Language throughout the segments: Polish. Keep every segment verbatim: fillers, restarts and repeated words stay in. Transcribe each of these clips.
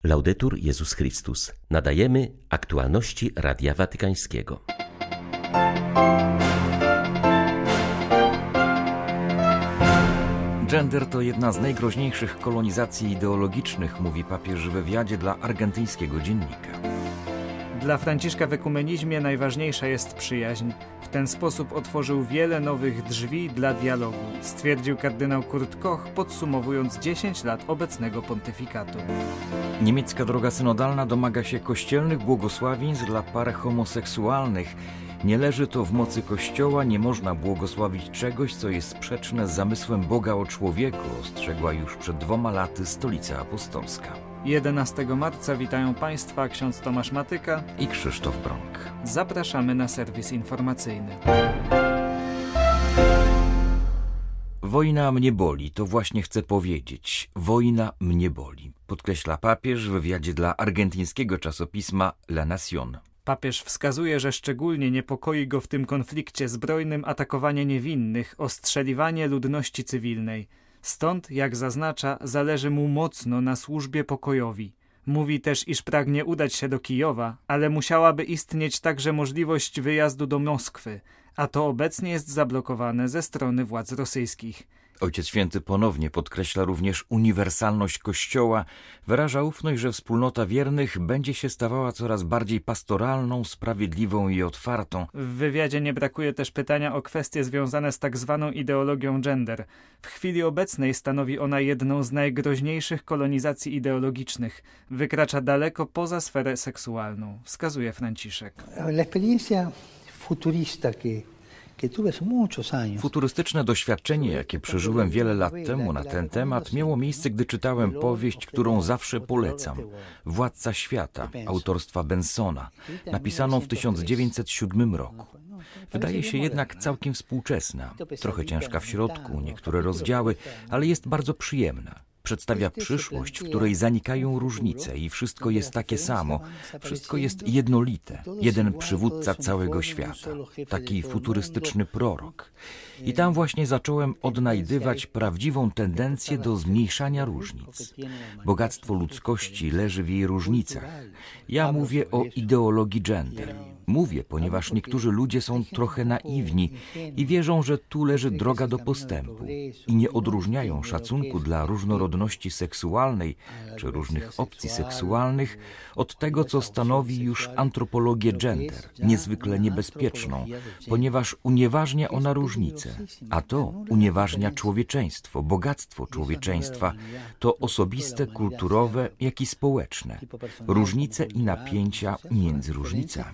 Laudetur Jezus Chrystus. Nadajemy aktualności Radia Watykańskiego. Gender to jedna z najgroźniejszych kolonizacji ideologicznych, mówi papież w wywiadzie dla argentyńskiego dziennika. Dla Franciszka w ekumenizmie najważniejsza jest przyjaźń. W ten sposób otworzył wiele nowych drzwi dla dialogu, stwierdził kardynał Kurt Koch, podsumowując dziesięć lat obecnego pontyfikatu. Niemiecka droga synodalna domaga się kościelnych błogosławieństw dla par homoseksualnych. Nie leży to w mocy Kościoła, nie można błogosławić czegoś, co jest sprzeczne z zamysłem Boga o człowieku, ostrzegła już przed dwoma laty Stolica Apostolska. jedenastego marca witają Państwa ksiądz Tomasz Matyka i Krzysztof Brąk. Zapraszamy na serwis informacyjny. Wojna mnie boli, to właśnie chcę powiedzieć. Wojna mnie boli, podkreśla papież w wywiadzie dla argentyńskiego czasopisma La Nación. Papież wskazuje, że szczególnie niepokoi go w tym konflikcie zbrojnym atakowanie niewinnych, ostrzeliwanie ludności cywilnej. Stąd, jak zaznacza, zależy mu mocno na służbie pokojowi. Mówi też, iż pragnie udać się do Kijowa, ale musiałaby istnieć także możliwość wyjazdu do Moskwy, a to obecnie jest zablokowane ze strony władz rosyjskich. Ojciec Święty ponownie podkreśla również uniwersalność Kościoła, wyraża ufność, że wspólnota wiernych będzie się stawała coraz bardziej pastoralną, sprawiedliwą i otwartą. W wywiadzie nie brakuje też pytania o kwestie związane z tak zwaną ideologią gender. W chwili obecnej stanowi ona jedną z najgroźniejszych kolonizacji ideologicznych. Wykracza daleko poza sferę seksualną, wskazuje Franciszek. L'experiencia futurista que Futurystyczne doświadczenie, jakie przeżyłem wiele lat temu na ten temat, miało miejsce, gdy czytałem powieść, którą zawsze polecam. Władca świata, autorstwa Bensona, napisaną w tysiąc dziewięćset siódmym roku. Wydaje się jednak całkiem współczesna, trochę ciężka w środku, niektóre rozdziały, ale jest bardzo przyjemna. Przedstawia przyszłość, w której zanikają różnice i wszystko jest takie samo, wszystko jest jednolite, jeden przywódca całego świata, taki futurystyczny prorok. I tam właśnie zacząłem odnajdywać prawdziwą tendencję do zmniejszania różnic. Bogactwo ludzkości leży w jej różnicach. Ja mówię o ideologii gender. Mówię, ponieważ niektórzy ludzie są trochę naiwni i wierzą, że tu leży droga do postępu i nie odróżniają szacunku dla różnorodności seksualnej czy różnych opcji seksualnych od tego, co stanowi już antropologię gender, niezwykle niebezpieczną, ponieważ unieważnia ona różnice, a to unieważnia człowieczeństwo, bogactwo człowieczeństwa, to osobiste, kulturowe, jak i społeczne, różnice i napięcia między różnicami.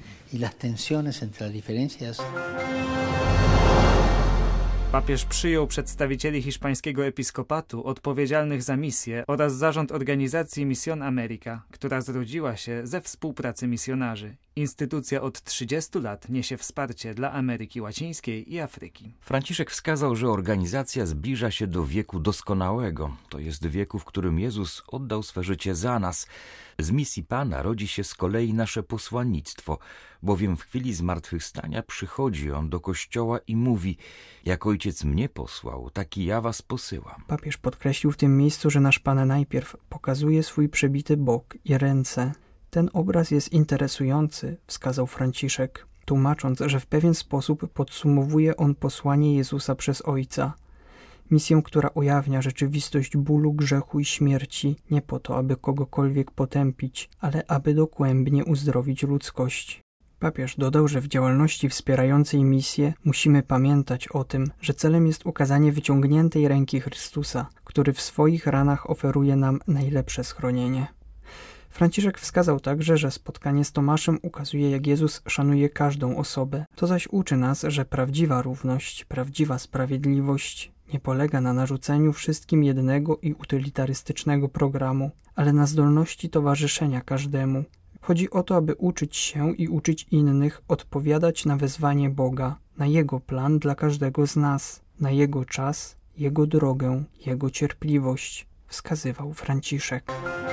Papież przyjął przedstawicieli hiszpańskiego episkopatu odpowiedzialnych za misję oraz zarząd organizacji Misión América, która zrodziła się ze współpracy misjonarzy. Instytucja od trzydziestu lat niesie wsparcie dla Ameryki Łacińskiej i Afryki. Franciszek wskazał, że organizacja zbliża się do wieku doskonałego. To jest wieku, w którym Jezus oddał swe życie za nas. Z misji Pana rodzi się z kolei nasze posłannictwo, bowiem w chwili zmartwychwstania przychodzi On do Kościoła i mówi: jak Ojciec mnie posłał, tak i ja was posyłam. Papież podkreślił w tym miejscu, że nasz Pan najpierw pokazuje swój przebity bok i ręce. Ten obraz jest interesujący, wskazał Franciszek, tłumacząc, że w pewien sposób podsumowuje on posłanie Jezusa przez Ojca. Misję, która ujawnia rzeczywistość bólu, grzechu i śmierci, nie po to, aby kogokolwiek potępić, ale aby dogłębnie uzdrowić ludzkość. Papież dodał, że w działalności wspierającej misję musimy pamiętać o tym, że celem jest ukazanie wyciągniętej ręki Chrystusa, który w swoich ranach oferuje nam najlepsze schronienie. Franciszek wskazał także, że spotkanie z Tomaszem ukazuje, jak Jezus szanuje każdą osobę. To zaś uczy nas, że prawdziwa równość, prawdziwa sprawiedliwość nie polega na narzuceniu wszystkim jednego i utylitarystycznego programu, ale na zdolności towarzyszenia każdemu. Chodzi o to, aby uczyć się i uczyć innych odpowiadać na wezwanie Boga, na Jego plan dla każdego z nas, na Jego czas, Jego drogę, Jego cierpliwość, wskazywał Franciszek.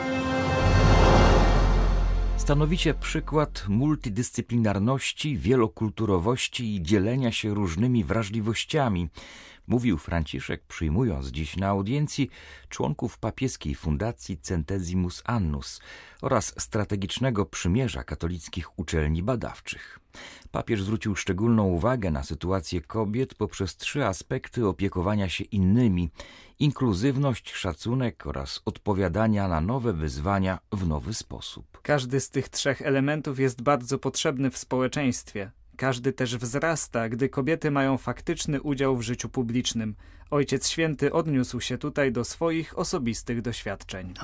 Stanowicie przykład multidyscyplinarności, wielokulturowości i dzielenia się różnymi wrażliwościami, Mówił Franciszek, przyjmując dziś na audiencji członków papieskiej fundacji Centesimus Annus oraz strategicznego przymierza katolickich uczelni badawczych. Papież zwrócił szczególną uwagę na sytuację kobiet poprzez trzy aspekty opiekowania się innymi: inkluzywność, szacunek oraz odpowiadania na nowe wyzwania w nowy sposób. Każdy z tych trzech elementów jest bardzo potrzebny w społeczeństwie. Każdy też wzrasta, gdy kobiety mają faktyczny udział w życiu publicznym. Ojciec Święty odniósł się tutaj do swoich osobistych doświadczeń.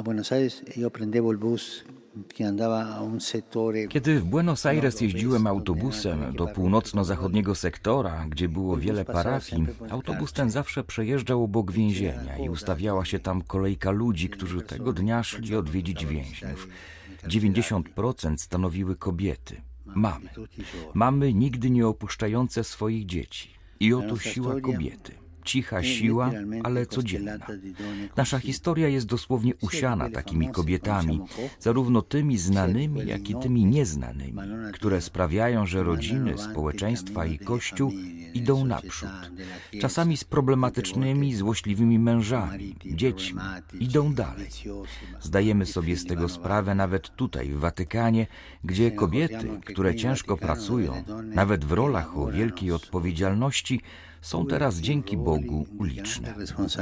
Kiedy w Buenos Aires jeździłem autobusem do północno-zachodniego sektora, gdzie było wiele parafii, autobus ten zawsze przejeżdżał obok więzienia i ustawiała się tam kolejka ludzi, którzy tego dnia szli odwiedzić więźniów. dziewięćdziesiąt procent stanowiły kobiety. Mamy. Mamy nigdy nie opuszczające swoich dzieci. I oto siła kobiety. Cicha siła, ale codzienna. Nasza historia jest dosłownie usiana takimi kobietami, zarówno tymi znanymi, jak i tymi nieznanymi, które sprawiają, że rodziny, społeczeństwa i Kościół idą naprzód. Czasami z problematycznymi, złośliwymi mężami, dziećmi. Idą dalej. Zdajemy sobie z tego sprawę nawet tutaj, w Watykanie, gdzie kobiety, które ciężko pracują, nawet w rolach o wielkiej odpowiedzialności, są teraz dzięki Bogu uliczne.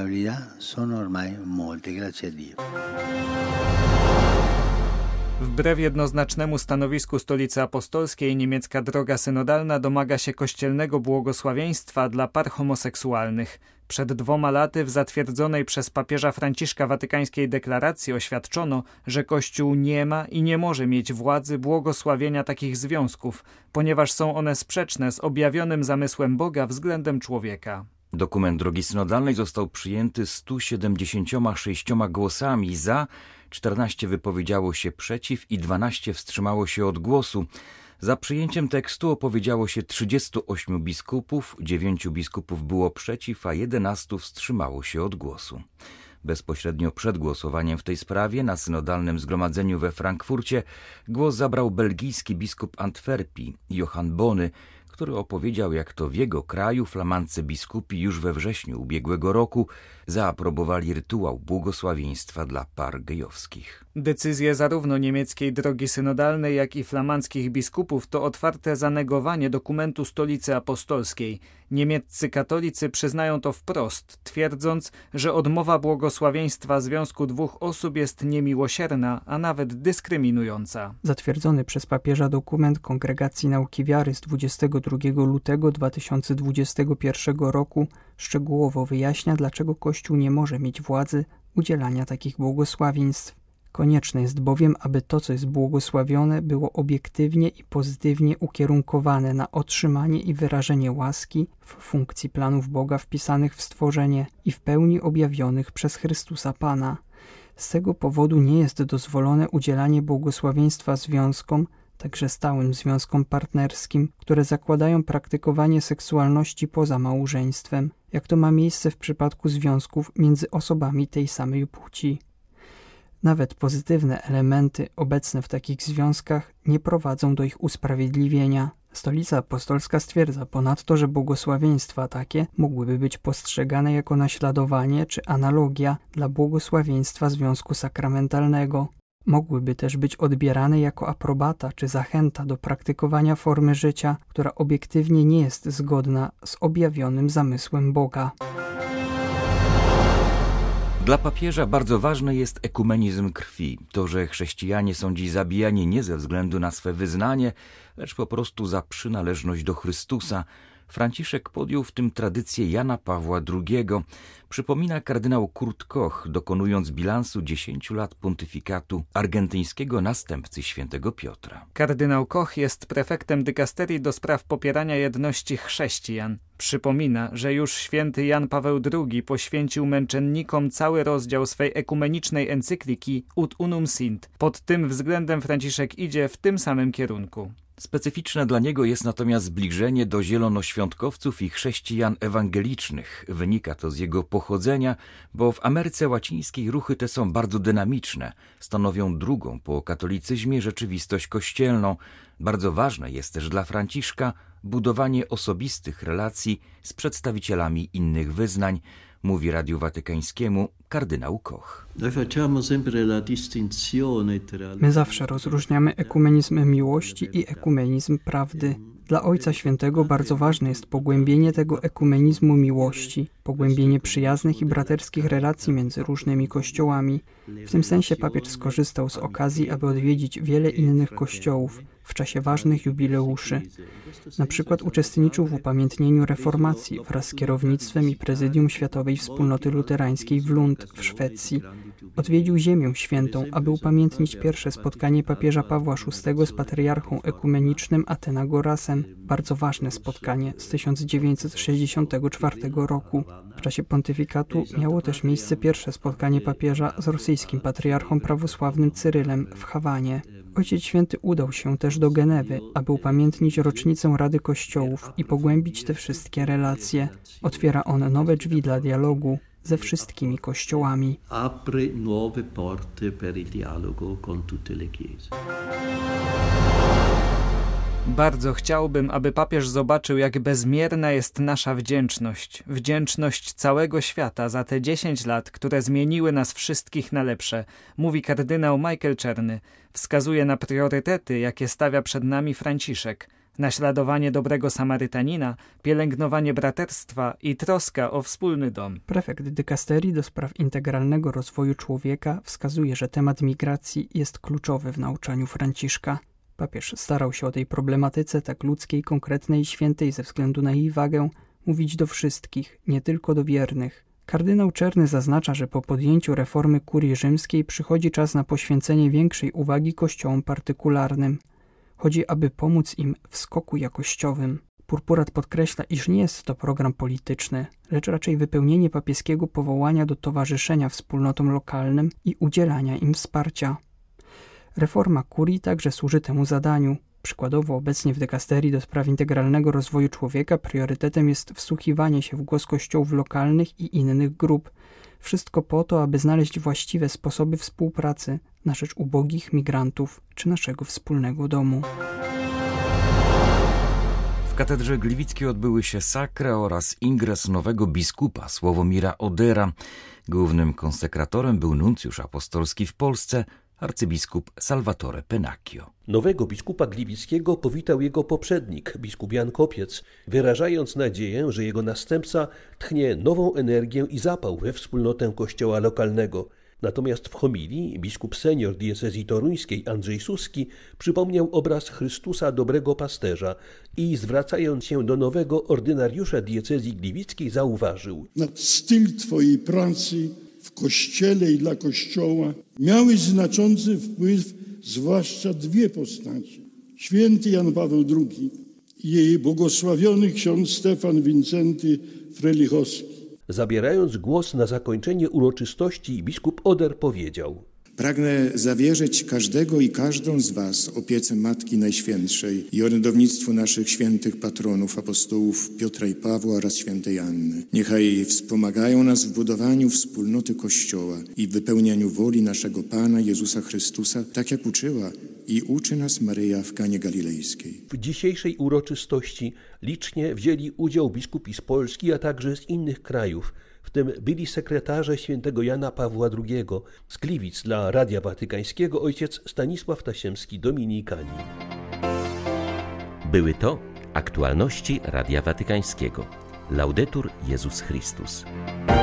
Wbrew jednoznacznemu stanowisku Stolicy Apostolskiej niemiecka droga synodalna domaga się kościelnego błogosławieństwa dla par homoseksualnych. Przed dwoma laty w zatwierdzonej przez papieża Franciszka watykańskiej deklaracji oświadczono, że Kościół nie ma i nie może mieć władzy błogosławienia takich związków, ponieważ są one sprzeczne z objawionym zamysłem Boga względem człowieka. Dokument drogi synodalnej został przyjęty stu siedemdziesięcioma sześcioma głosami za, czternaście wypowiedziało się przeciw i dwanaście wstrzymało się od głosu. Za przyjęciem tekstu opowiedziało się trzydziestu ośmiu biskupów, dziewięciu biskupów było przeciw, a jedenastu wstrzymało się od głosu. Bezpośrednio przed głosowaniem w tej sprawie na synodalnym zgromadzeniu we Frankfurcie głos zabrał belgijski biskup Antwerpii, Johann Bony, który opowiedział, jak to w jego kraju flamandzcy biskupi już we wrześniu ubiegłego roku zaaprobowali rytuał błogosławieństwa dla par gejowskich. Decyzje zarówno niemieckiej drogi synodalnej, jak i flamandzkich biskupów to otwarte zanegowanie dokumentu Stolicy Apostolskiej. Niemieccy katolicy przyznają to wprost, twierdząc, że odmowa błogosławieństwa związku dwóch osób jest niemiłosierna, a nawet dyskryminująca. Zatwierdzony przez papieża dokument Kongregacji Nauki Wiary z dwudziestego drugiego lutego dwa tysiące dwudziestego pierwszego roku szczegółowo wyjaśnia, dlaczego Kościół nie może mieć władzy udzielania takich błogosławieństw. Konieczne jest bowiem, aby to, co jest błogosławione, było obiektywnie i pozytywnie ukierunkowane na otrzymanie i wyrażenie łaski w funkcji planów Boga wpisanych w stworzenie i w pełni objawionych przez Chrystusa Pana. Z tego powodu nie jest dozwolone udzielanie błogosławieństwa związkom, także stałym związkom partnerskim, które zakładają praktykowanie seksualności poza małżeństwem, jak to ma miejsce w przypadku związków między osobami tej samej płci. Nawet pozytywne elementy obecne w takich związkach nie prowadzą do ich usprawiedliwienia. Stolica Apostolska stwierdza ponadto, że błogosławieństwa takie mogłyby być postrzegane jako naśladowanie czy analogia dla błogosławieństwa związku sakramentalnego. Mogłyby też być odbierane jako aprobata czy zachęta do praktykowania formy życia, która obiektywnie nie jest zgodna z objawionym zamysłem Boga. Dla papieża bardzo ważny jest ekumenizm krwi. To, że chrześcijanie są dziś zabijani nie ze względu na swe wyznanie, lecz po prostu za przynależność do Chrystusa. Franciszek podjął w tym tradycję Jana Pawła drugiego. Przypomina kardynał Kurt Koch, dokonując bilansu dziesięciu lat pontyfikatu argentyńskiego następcy świętego Piotra. Kardynał Koch jest prefektem dykasterii do spraw popierania jedności chrześcijan. Przypomina, że już święty Jan Paweł drugi poświęcił męczennikom cały rozdział swej ekumenicznej encykliki Ut Unum Sint. Pod tym względem Franciszek idzie w tym samym kierunku. Specyficzne dla niego jest natomiast zbliżenie do zielonoświątkowców i chrześcijan ewangelicznych. Wynika to z jego pochodzenia, bo w Ameryce Łacińskiej ruchy te są bardzo dynamiczne. Stanowią drugą po katolicyzmie rzeczywistość kościelną. Bardzo ważne jest też dla Franciszka budowanie osobistych relacji z przedstawicielami innych wyznań, mówi Radiu Watykańskiemu kardynał Koch. My zawsze rozróżniamy ekumenizm miłości i ekumenizm prawdy. Dla Ojca Świętego bardzo ważne jest pogłębienie tego ekumenizmu miłości, pogłębienie przyjaznych i braterskich relacji między różnymi kościołami. W tym sensie papież skorzystał z okazji, aby odwiedzić wiele innych kościołów w czasie ważnych jubileuszy. Na przykład uczestniczył w upamiętnieniu reformacji wraz z kierownictwem i prezydium Światowej Wspólnoty Luterańskiej w Lund w Szwecji. Odwiedził Ziemię Świętą, aby upamiętnić pierwsze spotkanie papieża Pawła szóstego z patriarchą ekumenicznym Athenagorasem. Bardzo ważne spotkanie z tysiąc dziewięćset sześćdziesiątego czwartego roku. W czasie pontyfikatu miało też miejsce pierwsze spotkanie papieża z rosyjskim patriarchą prawosławnym Cyrylem w Hawanie. Ojciec Święty udał się też do Genewy, aby upamiętnić rocznicę Rady Kościołów i pogłębić te wszystkie relacje. Otwiera on nowe drzwi dla dialogu ze wszystkimi kościołami. Apre nuove porte per il dialogo con tutte le chiese. Bardzo chciałbym, aby papież zobaczył, jak bezmierna jest nasza wdzięczność, wdzięczność całego świata za te dziesięć lat, które zmieniły nas wszystkich na lepsze, mówi kardynał Michael Czerny. Wskazuje na priorytety, jakie stawia przed nami Franciszek. Naśladowanie dobrego Samarytanina, pielęgnowanie braterstwa i troska o wspólny dom. Prefekt dykasterii do spraw integralnego rozwoju człowieka wskazuje, że temat migracji jest kluczowy w nauczaniu Franciszka. Papież starał się o tej problematyce tak ludzkiej, konkretnej i świętej ze względu na jej wagę mówić do wszystkich, nie tylko do wiernych. Kardynał Czerny zaznacza, że po podjęciu reformy kurii rzymskiej przychodzi czas na poświęcenie większej uwagi kościołom partykularnym. Chodzi, aby pomóc im w skoku jakościowym. Purpurat podkreśla, iż nie jest to program polityczny, lecz raczej wypełnienie papieskiego powołania do towarzyszenia wspólnotom lokalnym i udzielania im wsparcia. Reforma kurii także służy temu zadaniu. Przykładowo obecnie w dykasterii do spraw integralnego rozwoju człowieka priorytetem jest wsłuchiwanie się w głos kościołów lokalnych i innych grup. Wszystko po to, aby znaleźć właściwe sposoby współpracy na rzecz ubogich migrantów czy naszego wspólnego domu. W katedrze gliwickiej odbyły się sakra oraz ingres nowego biskupa Sławomira Odera. Głównym konsekratorem był nuncjusz apostolski w Polsce, arcybiskup Salvatore Pennacchio. Nowego biskupa gliwickiego powitał jego poprzednik, biskup Jan Kopiec, wyrażając nadzieję, że jego następca tchnie nową energię i zapał we wspólnotę kościoła lokalnego. Natomiast w homilii biskup senior diecezji toruńskiej Andrzej Suski przypomniał obraz Chrystusa Dobrego Pasterza i zwracając się do nowego ordynariusza diecezji gliwickiej zauważył: nad styl Twojej pracy w Kościele i dla Kościoła miały znaczący wpływ zwłaszcza dwie postaci. Święty Jan Paweł drugi i jej błogosławiony ksiądz Stefan Wincenty Frelichowski. Zabierając głos na zakończenie uroczystości, biskup Oder powiedział: pragnę zawierzyć każdego i każdą z was opiece Matki Najświętszej i orędownictwu naszych świętych patronów, apostołów Piotra i Pawła oraz świętej Anny. Niechaj wspomagają nas w budowaniu wspólnoty Kościoła i w wypełnianiu woli naszego Pana Jezusa Chrystusa, tak jak uczyła i uczy nas Maryja w Kanie Galilejskiej. W dzisiejszej uroczystości licznie wzięli udział biskupi z Polski, a także z innych krajów, w tym byli sekretarze świętego Jana Pawła drugiego. Z Gliwic dla Radia Watykańskiego ojciec Stanisław Tasiemski, dominikani. Były to aktualności Radia Watykańskiego. Laudetur Jezus Chrystus.